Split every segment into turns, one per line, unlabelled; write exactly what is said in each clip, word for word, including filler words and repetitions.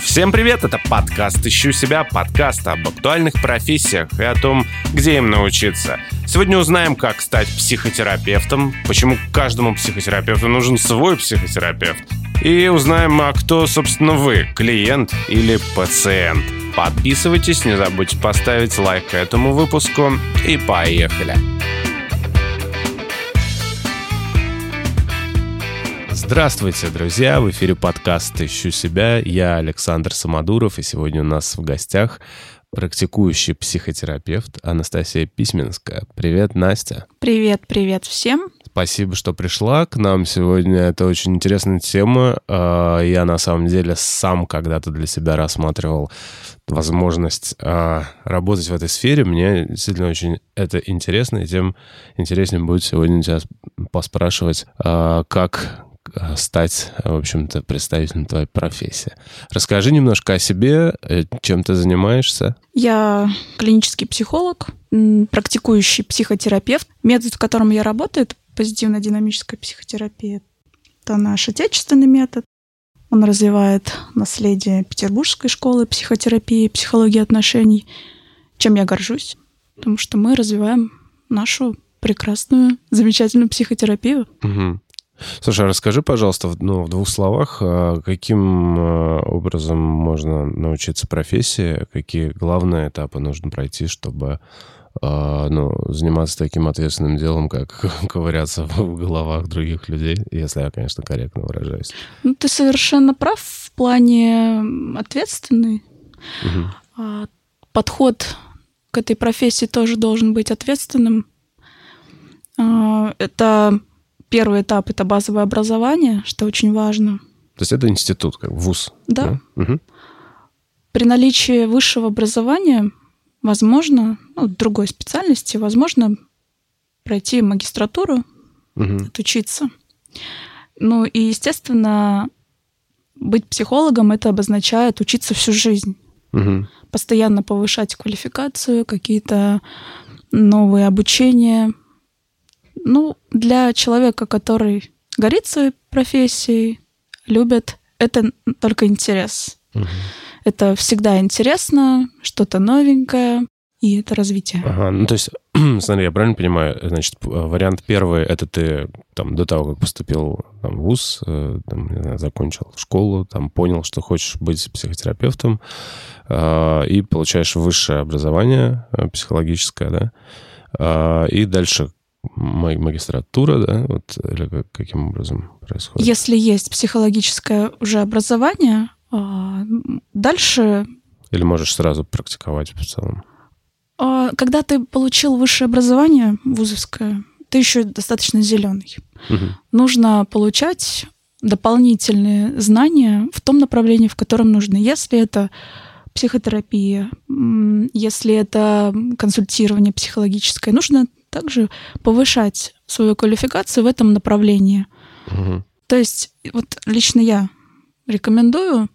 Всем привет, это подкаст «Ищу себя», подкаст об актуальных профессиях и о том, где им научиться. Сегодня узнаем, как стать психотерапевтом, почему каждому психотерапевту нужен свой психотерапевт. И узнаем, а кто, собственно, вы, клиент или пациент. Подписывайтесь, не забудьте поставить лайк этому выпуску и поехали. Здравствуйте, друзья! В эфире подкаст «Ищу себя». Я Александр Самодуров, и сегодня у нас в гостях практикующий психотерапевт Анастасия Письменская. Привет, Настя!
Привет, привет всем!
Спасибо, что пришла к нам сегодня. Это очень интересная тема. Я на самом деле сам когда-то для себя рассматривал возможность работать в этой сфере. Мне действительно очень это интересно, и тем интереснее будет сегодня тебя поспрашивать, как стать, в общем-то, представителем твоей профессии. Расскажи немножко о себе, чем ты занимаешься.
Я клинический психолог, практикующий психотерапевт. Метод, в котором я работаю, это позитивно-динамическая психотерапия. Это наш отечественный метод. Он развивает наследие Петербургской школы психотерапии, психологии отношений, чем я горжусь, потому что мы развиваем нашу прекрасную, замечательную психотерапию.
Угу. Слушай, а расскажи, пожалуйста, ну, в двух словах, каким образом можно научиться профессии, какие главные этапы нужно пройти, чтобы ну, заниматься таким ответственным делом, как ковыряться в головах других людей, если я, конечно, корректно выражаюсь.
Ну, ты совершенно прав в плане ответственный. Угу. Подход к этой профессии тоже должен быть ответственным. Это первый этап — это базовое образование, что очень важно.
То есть это институт, как вуз?
Да.
да? Угу.
При наличии высшего образования возможно, ну, другой специальности, возможно пройти магистратуру, угу. отучиться. Ну и, естественно, быть психологом — это обозначает учиться всю жизнь. Угу. Постоянно повышать квалификацию, какие-то новые обучения. Ну, для человека, который горит своей профессией, любит, это только интерес. Угу. Это всегда интересно, что-то новенькое, и это развитие.
Ага, ну то есть, смотри, я правильно понимаю, значит, вариант первый — это ты там до того, как поступил там, в вуз, там, не знаю, закончил школу, там понял, что хочешь быть психотерапевтом, э, и получаешь высшее образование психологическое, да, э, и дальше магистратура, да, вот, или каким образом происходит?
Если есть психологическое уже образование, дальше...
Или можешь сразу практиковать в целом?
Когда ты получил высшее образование вузовское, ты еще достаточно зеленый. Угу. Нужно получать дополнительные знания в том направлении, в котором нужно. Если это психотерапия, если это консультирование психологическое, нужно также повышать свою квалификацию в этом направлении. Угу. То есть вот лично я рекомендую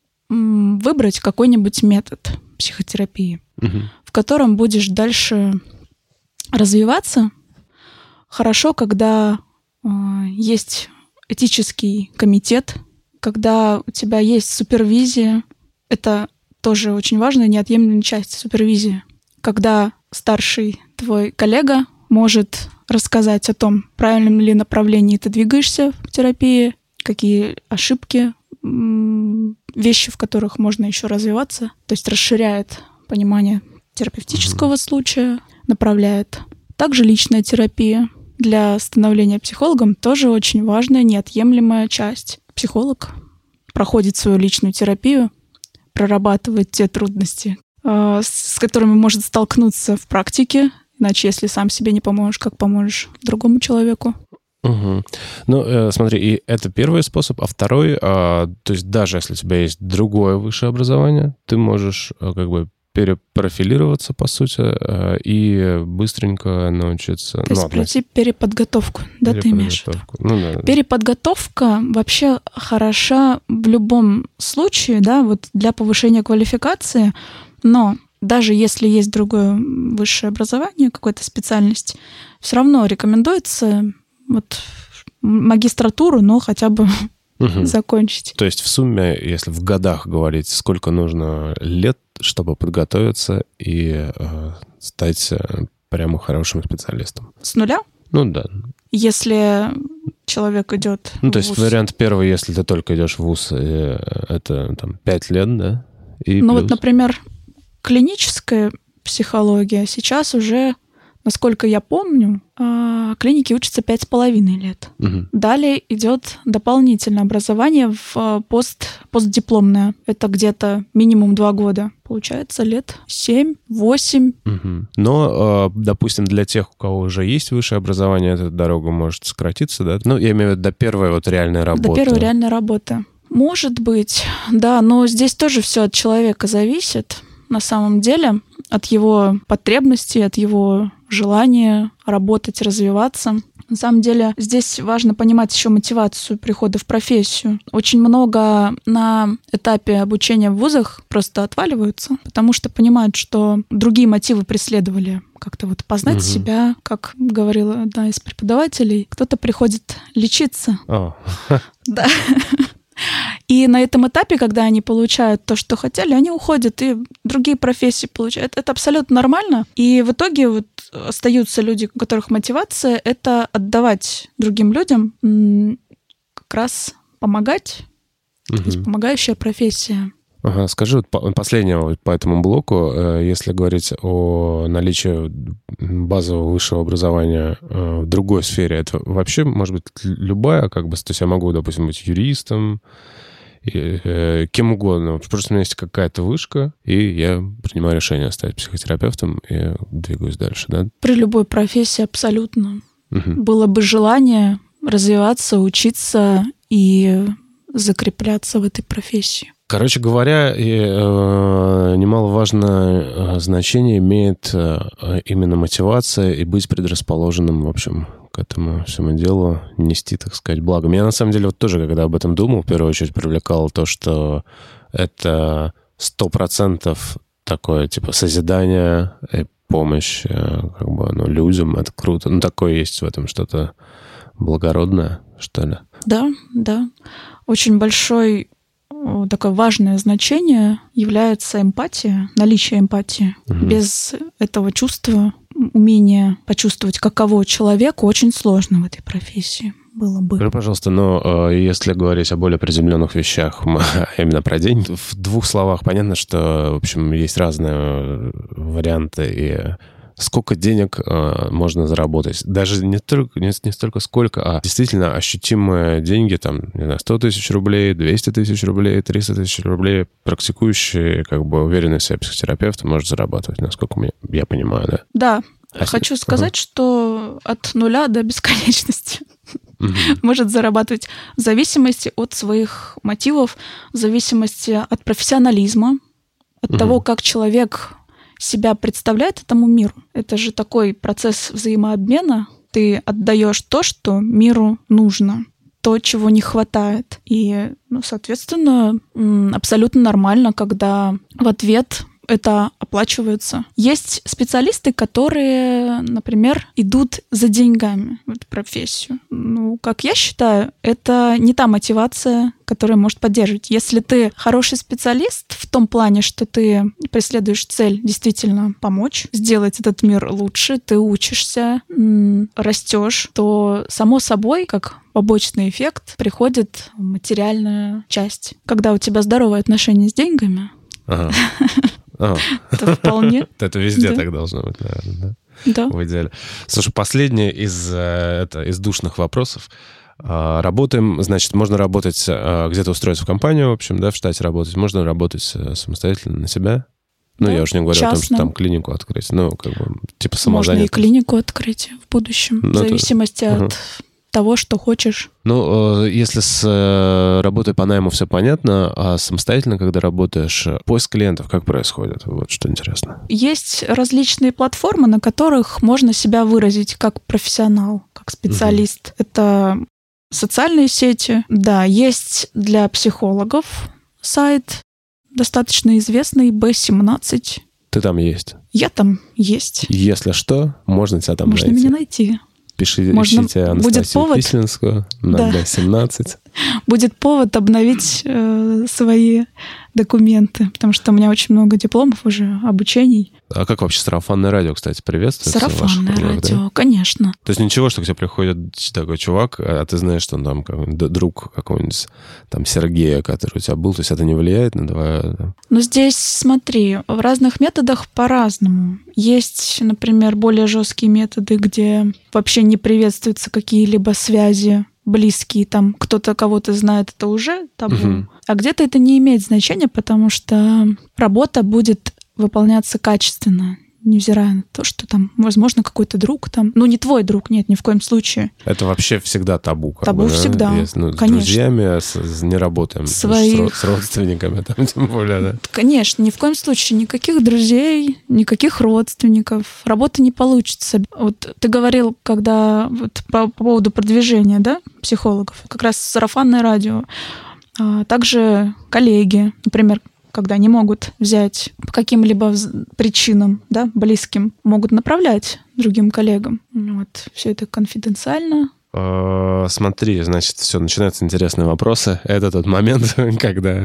выбрать какой-нибудь метод психотерапии, угу. в котором будешь дальше развиваться. Хорошо, когда э, есть этический комитет, когда у тебя есть супервизия. Это тоже очень важная, неотъемлемая часть супервизии. Когда старший твой коллега может рассказать о том, в правильном ли направлении ты двигаешься в терапии, какие ошибки, вещи, в которых можно еще развиваться, то есть расширяет понимание терапевтического mm-hmm. случая, направляет. Также личная терапия для становления психологом тоже очень важная, неотъемлемая часть. Психолог проходит свою личную терапию, прорабатывает те трудности, с которыми может столкнуться в практике, иначе если сам себе не поможешь, как поможешь другому человеку.
Угу. Ну, э, смотри, и это первый способ, а второй, э, то есть даже если у тебя есть другое высшее образование, ты можешь э, как бы перепрофилироваться, по сути, э, и быстренько научиться...
То есть ну, пройти переподготовку, да, ты имеешь в виду? Ну, да, да. Переподготовка вообще хороша в любом случае, да, вот для повышения квалификации, но даже если есть другое высшее образование, какая-то специальность, все равно рекомендуется вот магистратуру, но хотя бы угу. закончить.
То есть в сумме, если в годах говорить, сколько нужно лет, чтобы подготовиться и э, стать прямо хорошим специалистом?
С нуля?
Ну да.
Если человек идет
Ну,
в
то есть
вуз.
вариант первый, если ты только идешь в вуз, это там пять лет, да? И
ну
плюс.
Вот, например, клиническая психология сейчас уже, насколько я помню, клиники учатся пять с половиной лет.
Угу.
Далее идет дополнительное образование в пост, постдипломное. Это где-то минимум два года. Получается лет семь-восемь.
Угу. Но, допустим, для тех, у кого уже есть высшее образование, эта дорога может сократиться, да? Ну, я имею в виду до первой вот реальной работы.
До первой реальной работы. Может быть, да, но здесь тоже все от человека зависит. На самом деле, от его потребностей, от его желания работать, развиваться. На самом деле, здесь важно понимать еще мотивацию прихода в профессию. Очень много на этапе обучения в вузах просто отваливаются, потому что понимают, что другие мотивы преследовали. Как-то вот познать угу. себя, как говорила одна из преподавателей, кто-то приходит лечиться.
Oh.
Да. И на этом этапе, когда они получают то, что хотели, они уходят и другие профессии получают. Это абсолютно нормально. И в итоге вот остаются люди, у которых мотивация — это отдавать другим людям, как раз помогать.
Угу.
То есть помогающая профессия.
Ага, скажи, вот последнего по этому блоку, если говорить о наличии базового высшего образования в другой сфере, это вообще может быть любая, как бы, то есть я могу, допустим, быть юристом, кем угодно. Просто у меня есть какая-то вышка, и я принимаю решение стать психотерапевтом и двигаюсь дальше, да?
При любой профессии абсолютно.
Угу.
Было бы желание развиваться, учиться и закрепляться в этой профессии.
Короче говоря, и, э, немаловажное э, значение имеет э, именно мотивация и быть предрасположенным, в общем, к этому всему делу, нести, так сказать, благо. Меня, на самом деле, вот тоже, когда об этом думал, в первую очередь привлекало то, что это сто процентов такое, типа, созидание и помощь э, как бы, ну, людям. Это круто. Ну, такое есть в этом что-то благородное, что ли.
Да, да. Очень большой... Такое важное значение является эмпатия, наличие эмпатии. Угу. Без этого чувства, умения почувствовать, каково человеку, очень сложно в этой профессии было бы.
Скажи, пожалуйста, но если говорить о более приземленных вещах, именно про деньги, в двух словах понятно, что, в общем, есть разные варианты и... Сколько денег э, можно заработать? Даже не, только, не, не столько сколько, а действительно ощутимые деньги, там, не знаю, сто тысяч рублей, двести тысяч рублей, триста тысяч рублей практикующий, как бы уверенный в себе психотерапевт может зарабатывать, насколько мне, я понимаю, да?
Да.
А
Хочу
если...
сказать,
ага.
что от нуля до бесконечности
угу.
может зарабатывать в зависимости от своих мотивов, в зависимости от профессионализма, от угу. того, как человек... себя представляет этому миру. Это же такой процесс взаимообмена. Ты отдаешь то, что миру нужно, то, чего не хватает. И, ну, соответственно, абсолютно нормально, когда в ответ это оплачивается. Есть специалисты, которые, например, идут за деньгами в эту профессию. Ну, как я считаю, это не та мотивация, которая может поддерживать. Если ты хороший специалист в том плане, что ты преследуешь цель действительно помочь, сделать этот мир лучше, ты учишься, растешь, то, само собой, как побочный эффект, приходит материальная часть. Когда у тебя здоровые отношения с деньгами,
ага.
это вполне.
Это везде так должно быть, наверное, да?
Да.
В идеале. Слушай, последний из, это, из душных вопросов. Работаем, значит, можно работать, где-то устроиться в компанию, в общем, да, в штате работать, можно работать самостоятельно на себя. Ну, да, я уж не говорю частно. О том, что там клинику открыть. Ну, как бы, типа самозанятость.
Можно и клинику открыть в будущем, ну, в зависимости это... от... Угу. того, что хочешь.
Ну, если с работой по найму все понятно, а самостоятельно, когда работаешь, поиск клиентов как происходит? Вот что интересно. Есть
различные платформы, на которых можно себя выразить как профессионал, как специалист. Угу. Это социальные сети. Да, есть для психологов сайт, достаточно известный, бэ семнадцать.
Ты там есть?
Я там есть.
Если что, можно тебя там
можно
найти.
Можно меня найти.
Пишите,
Можно...
ищите Анастасию Кислинскую на да. бэ семнадцать.
будет повод обновить э, свои документы, потому что у меня очень много дипломов уже, обучений.
А как вообще сарафанное радио, кстати, приветствуется?
Сарафанное радио, да? Конечно.
То есть ничего, что к тебе приходит такой чувак, а ты знаешь, что он там какой-нибудь друг какого-нибудь там Сергея, который у тебя был, то есть это не влияет на твое...
Ну, здесь, смотри, в разных методах по-разному. Есть, например, более жесткие методы, где вообще не приветствуются какие-либо связи близкие, там кто-то кого-то знает, это уже табу. Угу. А где-то это не имеет значения, потому что работа будет выполняться качественно, невзирая на то, что там, возможно, какой-то друг там, ну, не твой друг, нет, ни в коем случае.
Это вообще всегда табу. Как
табу
бы,
всегда,
да? Есть, ну,
конечно.
С друзьями с, с, не работаем,
Своих...
с, с родственниками, там, тем более, да.
Конечно, ни в коем случае никаких друзей, никаких родственников. Работа не получится. Вот ты говорил, когда вот по, по поводу продвижения, да, психологов, как раз сарафанное радио, а также коллеги, например, когда не могут взять по каким-либо причинам, да, близким, могут направлять другим коллегам. Вот. Все это конфиденциально.
Смотри, значит, все, начинаются интересные вопросы. Это тот момент, когда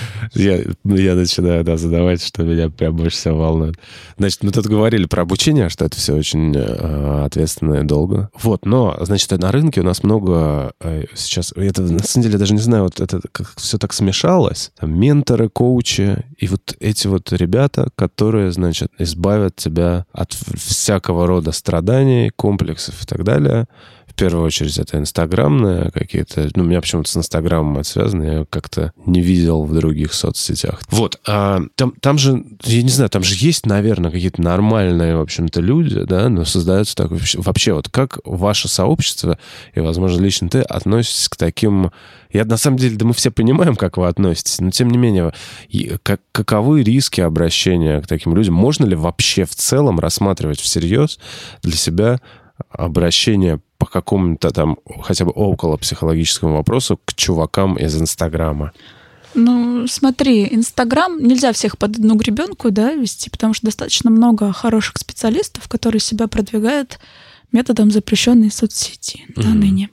я, я начинаю да, задавать, что меня прям больше всего волнует. Значит, мы тут говорили про обучение, что это все очень э, ответственно и долго. Вот, но, значит, на рынке у нас много э, сейчас... Это, на самом деле, даже не знаю, вот это как все так смешалось. Там менторы, коучи и вот эти вот ребята, которые, значит, избавят тебя от всякого рода страданий, комплексов и так далее. В первую очередь это инстаграмные какие-то... Ну, у меня почему-то с инстаграмом это связано, я как-то не видел в других соцсетях. Вот, а там, там же, я не знаю, там же есть, наверное, какие-то нормальные, в общем-то, люди, да, но создается так... Вообще, вот как ваше сообщество и, возможно, лично ты относитесь к таким... Я, на самом деле, да мы все понимаем, как вы относитесь, но, тем не менее, как, каковы риски обращения к таким людям? Можно ли вообще в целом рассматривать всерьез для себя обращение по какому-то там хотя бы около психологическому вопросу к чувакам из Инстаграма?
Ну, смотри, Инстаграм нельзя всех под одну гребенку, да, вести, потому что достаточно много хороших специалистов, которые себя продвигают методом запрещенной соцсети mm-hmm. да, ныне.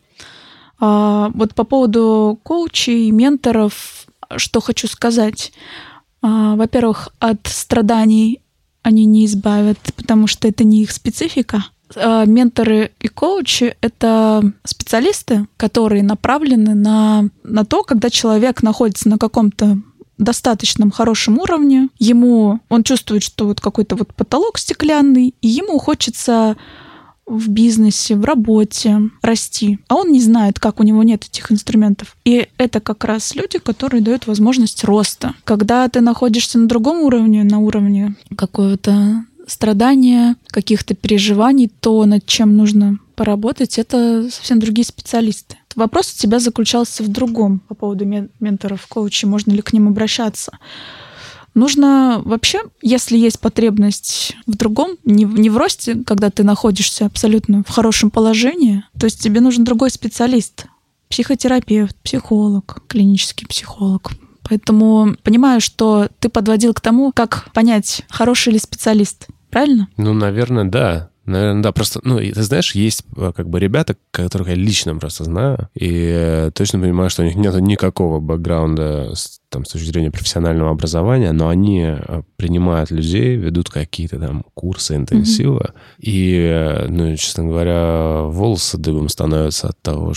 А, вот по поводу коучей, менторов, что хочу сказать. А, во-первых, от страданий они не избавят, потому что это не их специфика. Менторы и коучи — это специалисты, которые направлены на, на то, когда человек находится на каком-то достаточном хорошем уровне, ему, он чувствует, что вот какой-то вот потолок стеклянный, и ему хочется в бизнесе, в работе расти, а он не знает, как, у него нет этих инструментов. И это как раз люди, которые дают возможность роста. Когда ты находишься на другом уровне, на уровне какого-то страдания, каких-то переживаний, то, над чем нужно поработать, это совсем другие специалисты. Вопрос у тебя заключался в другом по поводу менторов, коучей, можно ли к ним обращаться. Нужно вообще, если есть потребность в другом, не в, не в росте, когда ты находишься абсолютно в хорошем положении, то есть тебе нужен другой специалист, психотерапевт, психолог, клинический психолог. Поэтому понимаю, что ты подводил к тому, как понять, хороший ли специалист. Правильно?
Ну, наверное, да. Наверное, да. Просто, ну, ты знаешь, есть как бы ребята, которых я лично просто знаю, и точно понимаю, что у них нет никакого бэкграунда с, там, с точки зрения профессионального образования, но они принимают людей, ведут какие-то там курсы, интенсивы, mm-hmm. и, ну, честно говоря, волосы дыбом становятся от того,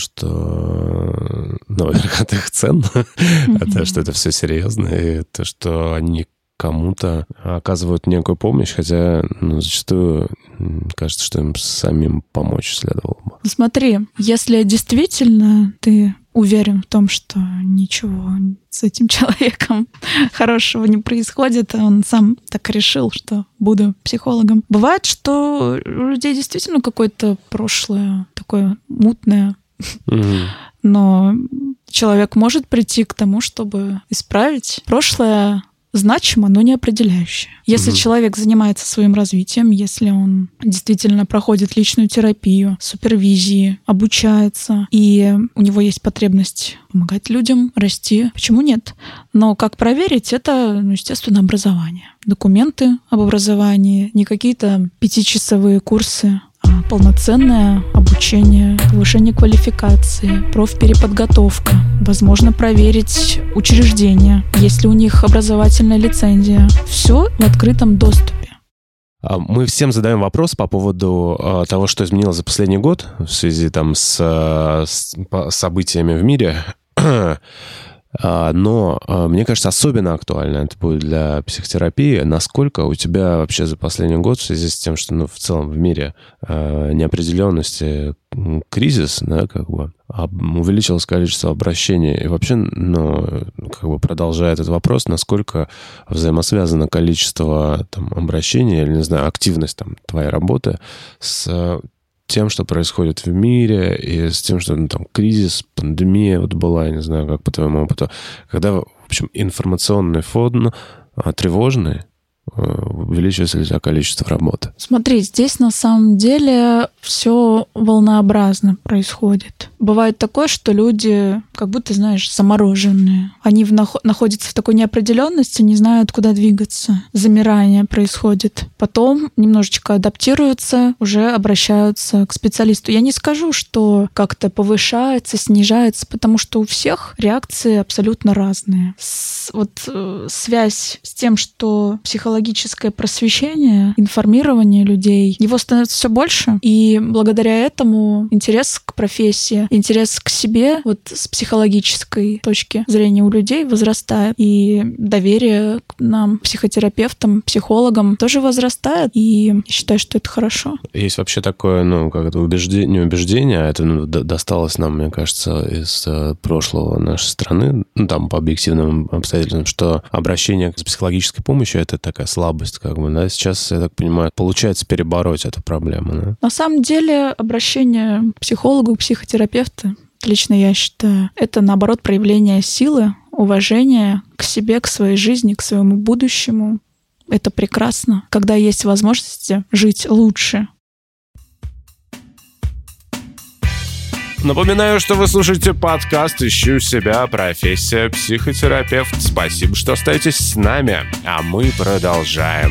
что, ну, во-первых, от их цен, mm-hmm. от того, что это все серьезно, и то, что они кому-то оказывают некую помощь, хотя ну, зачастую кажется, что им самим помочь следовало бы.
Смотри, если действительно ты уверен в том, что ничего с этим человеком хорошего не происходит, а он сам так решил, что буду психологом. Бывает, что у людей действительно какое-то прошлое такое мутное, mm-hmm. но человек может прийти к тому, чтобы исправить прошлое. Значимо, но не определяющее. Если mm-hmm. человек занимается своим развитием, если он действительно проходит личную терапию, супервизии, обучается, и у него есть потребность помогать людям расти, почему нет? Но как проверить? Это, ну, естественно, образование. Документы об образовании, не какие-то пятичасовые курсы, а полноценное обучение. обучение, повышение квалификации, профпереподготовка. Возможно, проверить учреждения, есть ли у них образовательная лицензия. Все в открытом доступе.
Мы всем задаем вопрос по поводу э, того, что изменилось за последний год в связи там, с, с событиями в мире. Но, мне кажется, особенно актуально это будет для психотерапии. Насколько у тебя вообще за последний год в связи с тем, что ну, в целом в мире э, неопределенности, кризис, да, как бы, увеличилось количество обращений. И вообще, ну, как бы продолжая этот вопрос, насколько взаимосвязано количество там, обращений или, не знаю, активность там, твоей работы с тем, что происходит в мире, и с тем, что ну, там кризис, пандемия вот была, я не знаю, как по твоему опыту, когда, в общем, информационный фон тревожный, увеличивается ли у тебя количество работы?
Смотри, здесь на самом деле все волнообразно происходит. Бывает такое, что люди как будто, знаешь, замороженные. Они в нах- находятся в такой неопределенности, не знают, куда двигаться. Замирание происходит. Потом немножечко адаптируются, уже обращаются к специалисту. Я не скажу, что как-то повышается, снижается, потому что у всех реакции абсолютно разные. С- вот э, связь с тем, что психологическое просвещение, информирование людей, его становится все больше, и благодаря этому интерес к профессии, интерес к себе вот с психологической точки зрения у людей возрастает, и доверие к нам, психотерапевтам, психологам, тоже возрастает, и я считаю, что это хорошо.
Есть вообще такое, ну, как это убеждение, не убеждение, а это ну, досталось нам, мне кажется, из э, прошлого нашей страны, ну, там, по объективным обстоятельствам, что обращение к психологической помощи — это такая слабость, как бы, да, сейчас, я так понимаю, получается перебороть эту проблему, да?
На самом деле, обращение к психологу, к психотерапевту, лично я считаю, это, наоборот, проявление силы, уважения к себе, к своей жизни, к своему будущему. Это прекрасно, когда есть возможность жить лучше.
Напоминаю, что вы слушаете подкаст «Ищу себя. Профессия психотерапевт». Спасибо, что остаетесь с нами, а мы продолжаем.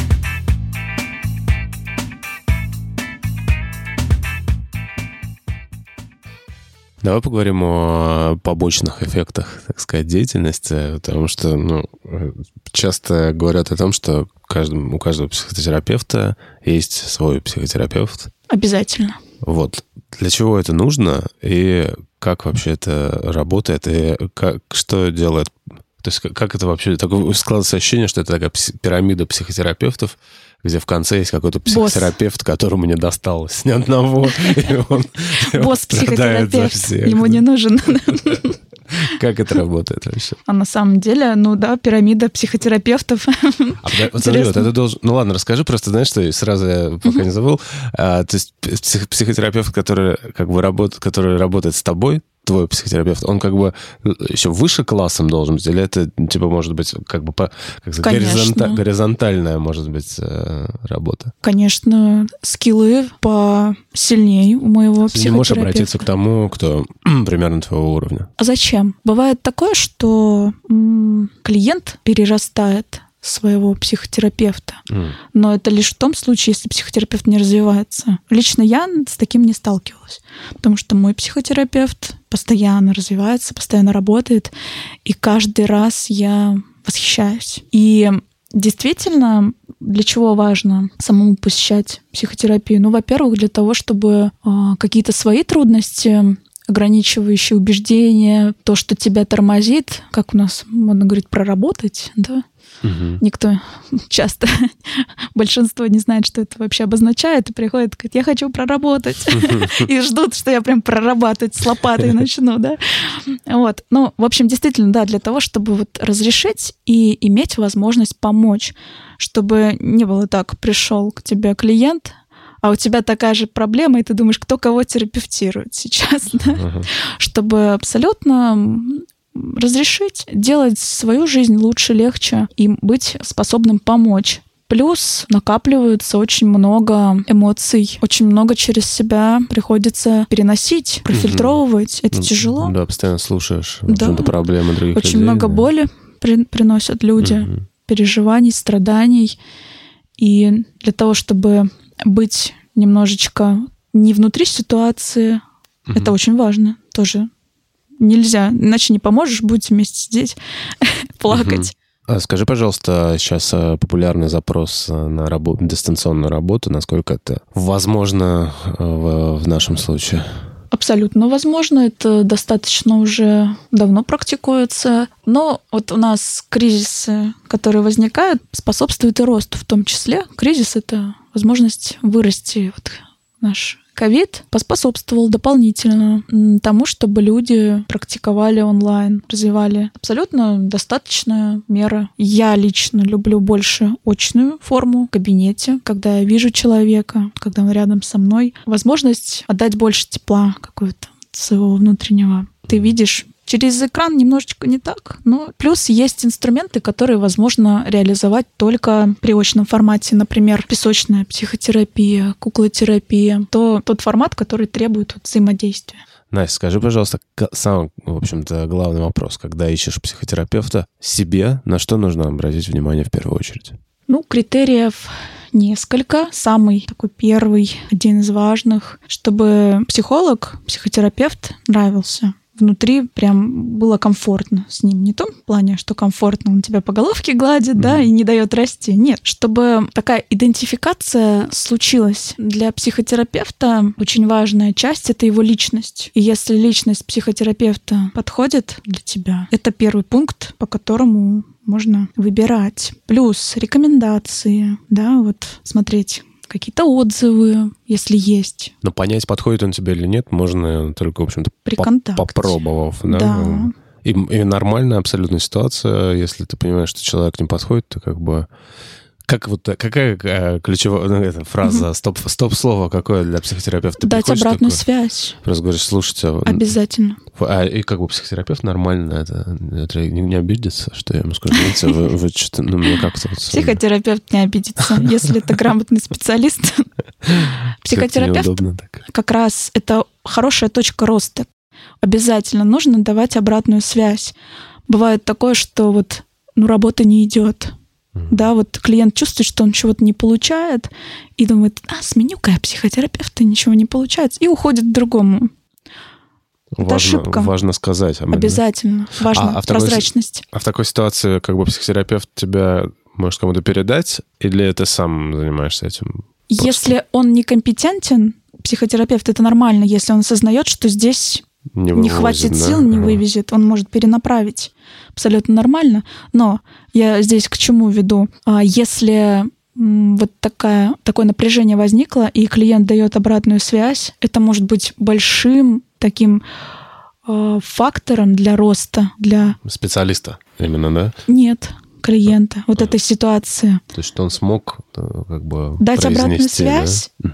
Давай поговорим о побочных эффектах, так сказать, деятельности, потому что ну, часто говорят о том, что каждому, у каждого психотерапевта есть свой психотерапевт.
Обязательно.
Вот. Для чего это нужно и как вообще это работает, и как, что делает... То есть как это вообще... Такое складывается ощущение, что это такая пирамида психотерапевтов, где в конце есть какой-то психотерапевт, Босс. которому не досталось ни одного.
Босс-психотерапевт. Ему не нужен.
Как это работает вообще?
А на самом деле, ну да, пирамида психотерапевтов.
А, вот смотри, вот это должен... Ну ладно, расскажи просто, знаешь, что сразу я пока не забыл. А, то есть псих, психотерапевт, который как бы работает, который работает с тобой, твой психотерапевт, он как бы еще выше классом должен быть? Или это, типа, может быть, как бы по, как сказать, горизонта, горизонтальная, может быть, работа?
Конечно, скиллы посильнее у моего психотерапевта.
Ты не можешь обратиться к тому, кто примерно твоего уровня.
А зачем? Бывает такое, что м- клиент перерастает своего психотерапевта. Mm. Но это лишь в том случае, если психотерапевт не развивается. Лично я с таким не сталкивалась, потому что мой психотерапевт постоянно развивается, постоянно работает, и каждый раз я восхищаюсь. И действительно, для чего важно самому посещать психотерапию? Ну, во-первых, для того, чтобы э, какие-то свои трудности, ограничивающие убеждения, то, что тебя тормозит, как у нас модно говорить, проработать, да? Угу. Никто часто, большинство не знает, что это вообще обозначает, и приходит, говорит, я хочу проработать, и ждут, что я прям прорабатывать с лопатой начну, да. Вот. Ну, в общем, действительно, да, для того, чтобы вот разрешить и иметь возможность помочь, чтобы не было так, пришел к тебе клиент, а у тебя такая же проблема, и ты думаешь, кто кого терапевтирует сейчас, да? Uh-huh. Чтобы абсолютно разрешить делать свою жизнь лучше, легче и быть способным помочь. Плюс накапливается очень много эмоций, очень много через себя приходится переносить, профильтровывать. Mm-hmm. Это ну, тяжело.
Да, постоянно слушаешь да. проблемы других
очень
людей.
Очень много да. боли при- приносят люди, mm-hmm. переживаний, страданий. И для того, чтобы быть немножечко не внутри ситуации. Угу. Это очень важно тоже. Нельзя, иначе не поможешь, будете вместе сидеть, плакать.
Угу. Скажи, пожалуйста, сейчас популярный запрос на работу, дистанционную работу, насколько это возможно в, в нашем случае?
Абсолютно возможно, это достаточно уже давно практикуется, но вот у нас кризисы, которые возникают, способствуют и росту в том числе. Кризис — это возможность вырасти. Вот наш ковид поспособствовал дополнительно тому, чтобы люди практиковали онлайн, развивали. Абсолютно достаточная мера. Я лично люблю больше очную форму в кабинете, когда я вижу человека, когда он рядом со мной. Возможность отдать больше тепла какого-то своего внутреннего. Ты видишь через экран немножечко не так, но плюс есть инструменты, которые возможно реализовать только при очном формате. Например, песочная психотерапия, куклотерапия. То, тот формат, который требует вот взаимодействия.
Настя, скажи, пожалуйста, самый, в общем-то, главный вопрос. Когда ищешь психотерапевта, себе на что нужно обратить внимание в первую очередь?
Ну, критериев несколько. Самый такой первый, один из важных, чтобы психолог, психотерапевт нравился. Внутри прям было комфортно с ним. Не в том плане, что комфортно, он тебя по головке гладит, mm-hmm. да, и не дает расти. Нет, чтобы такая идентификация случилась. Для психотерапевта очень важная часть — это его личность. И если личность психотерапевта подходит для тебя, это первый пункт, по которому можно выбирать. Плюс рекомендации, да, вот смотреть какие-то отзывы, если есть.
Но понять, подходит он тебе или нет, можно только, в общем-то,
при
по-
контакте.
попробовав. Да?
Да.
И, и нормальная абсолютно ситуация, если ты понимаешь, что человек не подходит, то как бы... Как вот, какая ключевая ну, эта фраза, mm-hmm. стоп, стоп-слово какое для психотерапевта? Ты
дать обратную
такое,
связь.
Просто говоришь, слушайте...
Обязательно.
А, и как бы психотерапевт нормально, это, это не, не обидится, что я ему скажу, видите, вы, вы что-то, ну, мне как-то... Вот,
психотерапевт не обидится, если это грамотный специалист. Психотерапевт как раз это хорошая точка роста. Обязательно нужно давать обратную связь. Бывает такое, что вот ну, работа не идет. Mm-hmm. Да, вот клиент чувствует, что он чего-то не получает, и думает, а, сменю-ка я психотерапевта, ничего не получается, и уходит к другому.
Важно,
это ошибка.
Важно сказать об этом.
Обязательно. Важно
а, а
прозрачность.
Такой, а в такой ситуации как бы психотерапевт тебя может кому-то передать, или ты сам занимаешься этим? Просто? Если
он некомпетентен, психотерапевт, это нормально, если он осознает, что здесь не, вывозит, не хватит да? сил, не ага. вывезет, он может перенаправить. Абсолютно нормально. Но я здесь к чему веду? Если вот такая, такое напряжение возникло, и клиент дает обратную связь, это может быть большим таким э, фактором для роста. Для...
Специалиста именно, да?
Нет, клиента. Вот а. этой ситуации.
То есть он смог как бы
дать обратную связь. Да?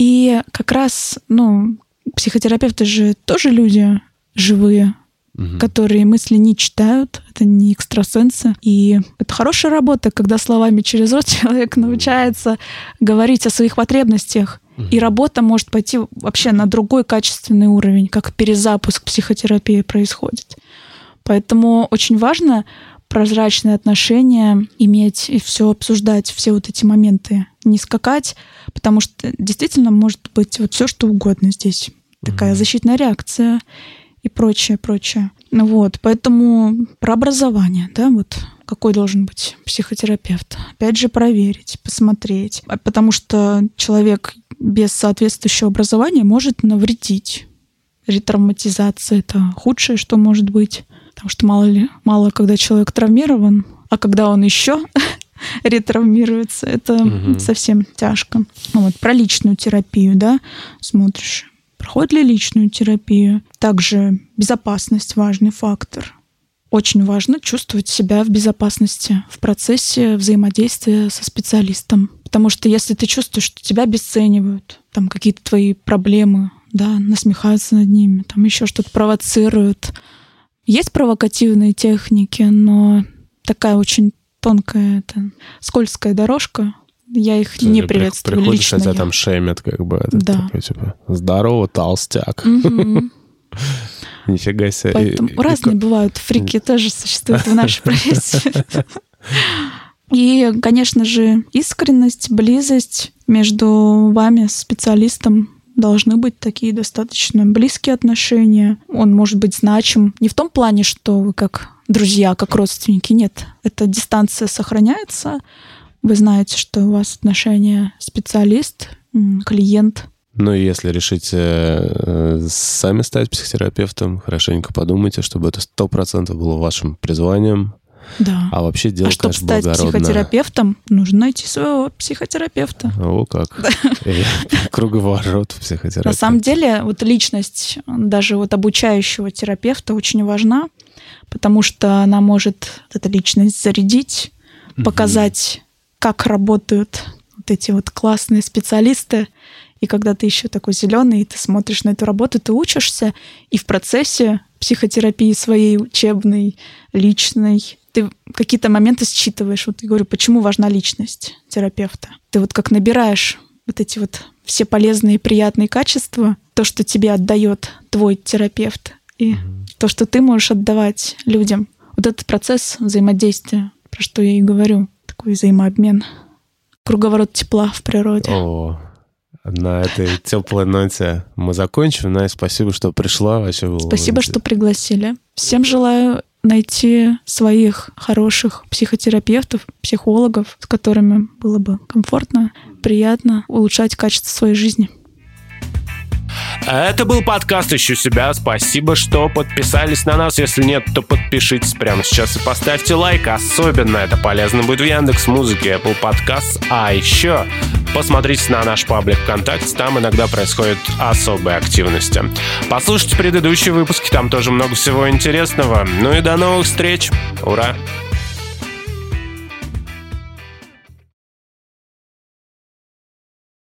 И как раз, ну, психотерапевты же тоже люди живые, угу. которые мысли не читают, это не экстрасенсы. И это хорошая работа, когда словами через рот человек научается говорить о своих потребностях. Угу. И работа может пойти вообще на другой качественный уровень, как перезапуск психотерапии происходит. Поэтому очень важно прозрачные отношения иметь и все обсуждать, все вот эти моменты. Не скакать, потому что действительно может быть вот все что угодно здесь. Такая угу. защитная реакция и прочее, прочее. Ну вот, поэтому про образование, да, вот какой должен быть психотерапевт. Опять же, проверить, посмотреть. Потому что человек без соответствующего образования может навредить. Ретравматизация — это худшее, что может быть. Потому что мало ли, мало когда человек травмирован, а когда он еще ретравмируется, это угу. совсем тяжко. Ну вот, про личную терапию, да, смотришь. Проходит ли личную терапию? Также безопасность — важный фактор. Очень важно чувствовать себя в безопасности в процессе взаимодействия со специалистом. Потому что если ты чувствуешь, что тебя обесценивают, там какие-то твои проблемы, да, насмехаются над ними, там еще что-то провоцируют. Есть провокативные техники, но такая очень тонкая, это, скользкая дорожка. Я их Кстати, не приветствую при,
приходишь,
лично.
Приходишь, хотя
я.
там шеймят, как бы. Это
да.
такой, типа, здорово, толстяк. Нифига себе.
Поэтому разные бывают. Фрики тоже существуют в нашей профессии. И, конечно же, искренность, близость между вами, специалистом, должны быть такие достаточно близкие отношения. Он может быть значим не в том плане, что вы как друзья, как родственники. Нет, эта дистанция сохраняется. Вы знаете, что у вас отношения специалист, клиент.
Ну, и если решите э, сами стать психотерапевтом, хорошенько подумайте, чтобы это сто процентов было вашим призванием.
Да.
А вообще дело,
а чтобы
конечно,
стать
благородное.
психотерапевтом, нужно найти своего психотерапевта.
О, как. Круговорот в психотерапии.
На самом деле, вот личность даже вот обучающего терапевта очень важна, потому что она может эта личность зарядить, показать, как работают вот эти вот классные специалисты. И когда ты еще такой зеленый, ты смотришь на эту работу, ты учишься, и в процессе психотерапии своей учебной, личной, ты какие-то моменты считываешь. Вот я говорю, почему важна личность терапевта. Ты вот как набираешь вот эти вот все полезные и приятные качества, то, что тебе отдает твой терапевт, и mm-hmm. то, что ты можешь отдавать людям. Вот этот процесс взаимодействия, про что я и говорю, такой взаимообмен, круговорот тепла в природе.
О, на этой теплой ноте мы закончим. Най, спасибо, что пришла. Вообще было...
Спасибо, что пригласили. Всем желаю найти своих хороших психотерапевтов, психологов, с которыми было бы комфортно, приятно улучшать качество своей жизни.
Это был подкаст «Ищу себя». Спасибо, что подписались на нас. Если нет, то подпишитесь прямо сейчас и поставьте лайк. Особенно это полезно будет в Яндекс.Музыке, Apple Podcasts. А еще посмотрите на наш паблик ВКонтакте. Там иногда происходят особые активности. Послушайте предыдущие выпуски, там тоже много всего интересного. Ну и до новых встреч. Ура!